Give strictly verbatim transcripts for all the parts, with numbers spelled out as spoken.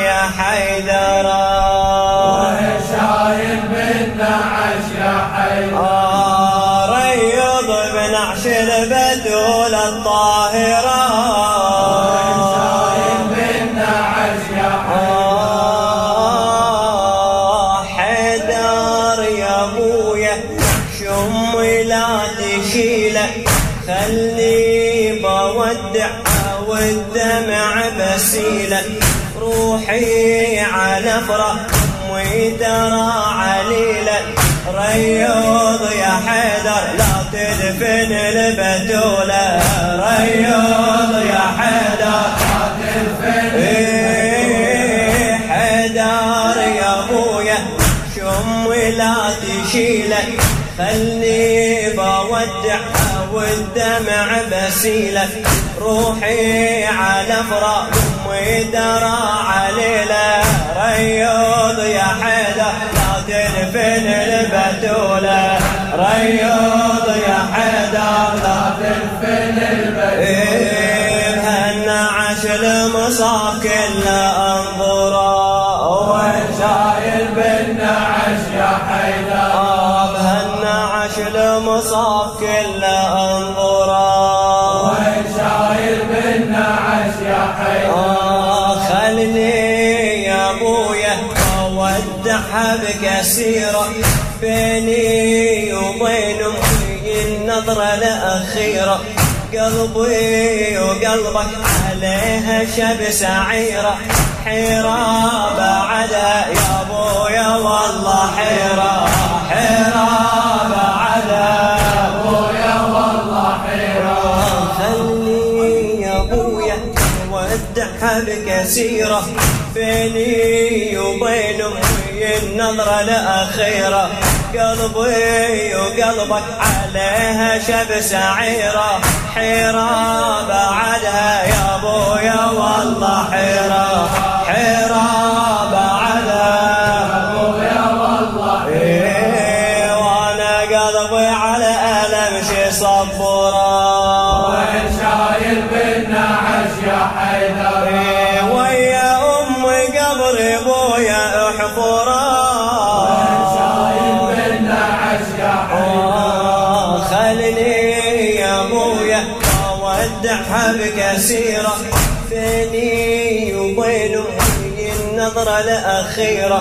يا حيدر شايل بالنعش يا حيدر ريض بنعش البتول الطاهرة شايل بالنعش يا حيدر يا ابويا شمي لا تشيله خلني بودع والدمع بسيله روحي على فرح ويدرى عليله ريض يا حيدر لا تدفن البتولة ريض يا حيدر لا تدفن حيدر يا ابويا شمي لا تشيله خلني بودع والدمع بسيله روحي على فراق ويدرى عليله ريض يا حيدر لا تدفن البتولة ريض يا حيدر لا تدفن البتولة بهالنعش المصاب كله انظره شايل بالنعش يا حيدر بهالنعش المصاب كله انظره شايل بالنعش يا حيدر خلني يا ابويا اودعها بكسيره بيني وبين امي النظره الاخيره قلبي وقلبك عليها شب سعيره حيره بعدها يا ابويا والله حيره حيره بعدها يا ابويا والله حيره خلني يا ابويا ودعها بكسيره بيني وبين امي النظره الاخيره قلبي وقلبك عليها شب سعيره حيره بعدها يا ابويا والله حيره حيره بعدها يا ابويا والله إيه وانا قلبي على الم شي صبوره وين شايل بالنعش يا حيدر ويا امي قبر ابويا احفره شايل بالنعش يا حيدر خلني يا ابويا اودعها بكسيره بيني وبين امي النظره الاخيره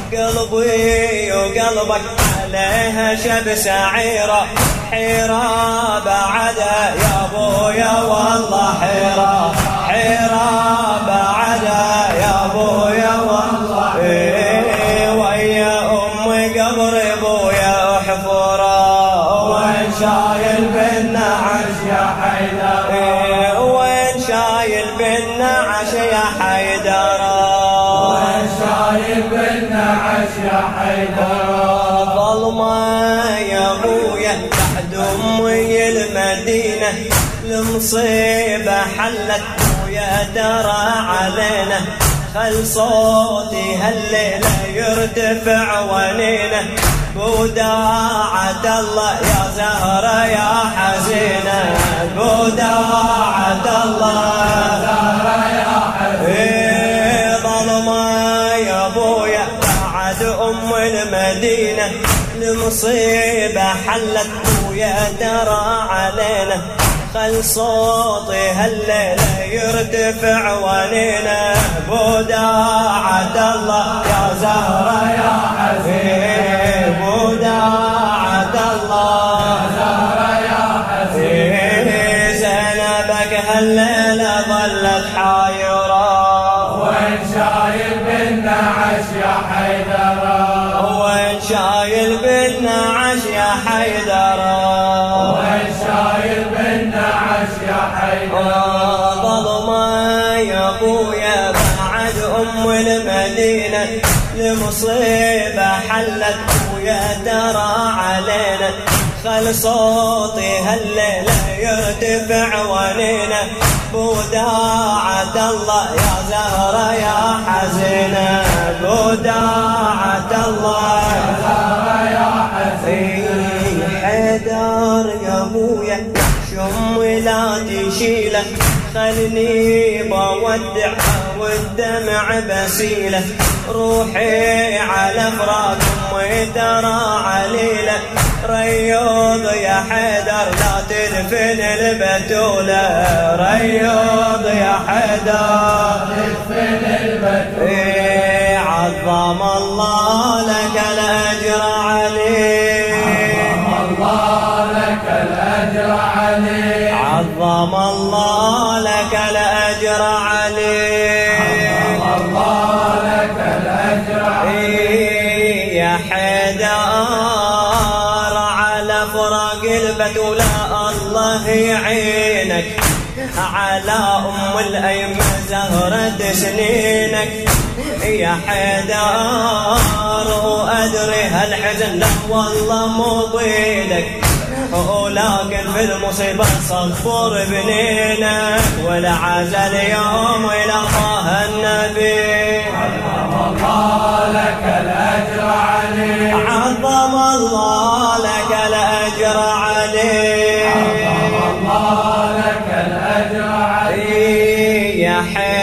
قلبي وقلبك عليها شب سعيره حيره بعدها يا ابويا والله حيره حيره بعدها يا ابويا والله إيه ويا امي قبر ابويا احفره وين شايل بالنعش يا حيدر إيه وين شايل بالنعش يا حيدر وين شايل بالنعش يا حيدر ظلمه يا ابويا بعد امي المدينه المصيبه حلت ويا درى علينا خل صوتي هالليله يرتفع ونينه بوداعة الله يا زهرة يا حزينة بوداعة الله يا زهرة يا حزينة ظلمة يا ابويا بعد ام المدينة المصيبة حلت ويا درى علينا خل صوتي هالليلة يرتفع ونينا بوداعة الله يا زهرة يا حزين بوداعة الله يا زهرة يا حزين زينبك هالليلة ظلت حايرة وين شايل بالنعش يا حيدر وين شايل بالنعش يا حيدر وين شايل بالنعش يا حيدر ظلمة يا ابويا بعد ام المدينة المصيبة حلت ويا درى علينا خل صوتي هالليلة يرتفع ونينا بوداعة الله يا زهرة يا حزينة بوداعة الله يا زهرة يا حزينة حيدر يا ابويا شمي لا تشيله خلني بودع والدمع بسيلة، روحي على فراق أمي ترى عليلة، ريوض يا حيدر لا تدفن البتولة، ريوض يا حيدر تدفن البتولة. إيه عظم الله لك الأجر عليه، عظم الله لك الأجر عليه، عظم الله لك الأجر عليه، عظم الله لك الأجر عليه. يا حيدر على فراق البتولة الله يعينك، على أم الأيمة زهرة سنينك، يا حيدر وأدري هالحزن لا والله مو بيدك، ولكن في المصيبة صفر بنينك، والعزل يوم إلى طه النبي. عظم الله لك الأجر عليه، عظم الله لك الأجر عليه، عظم الله لك الأجر عليه. يا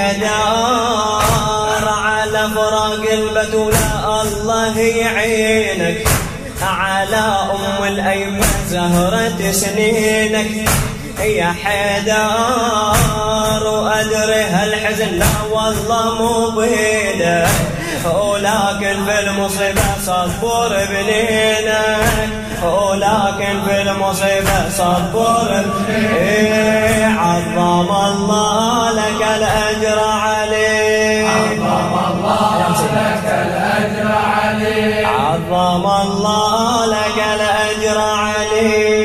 حيدر على فراق البتولة الله يعينك، على أم الأيمة زهرة سنينك، يا حيدر وأدري هالحزن لا والله مو بيدك، ولكن في المصيبة صبر بنينك، ولكن في المصيبة صبر بنينك. عظم الله لك الأجر عليه، عظم الله لك الأجر عليه، عظم الله لك الأجر عليه.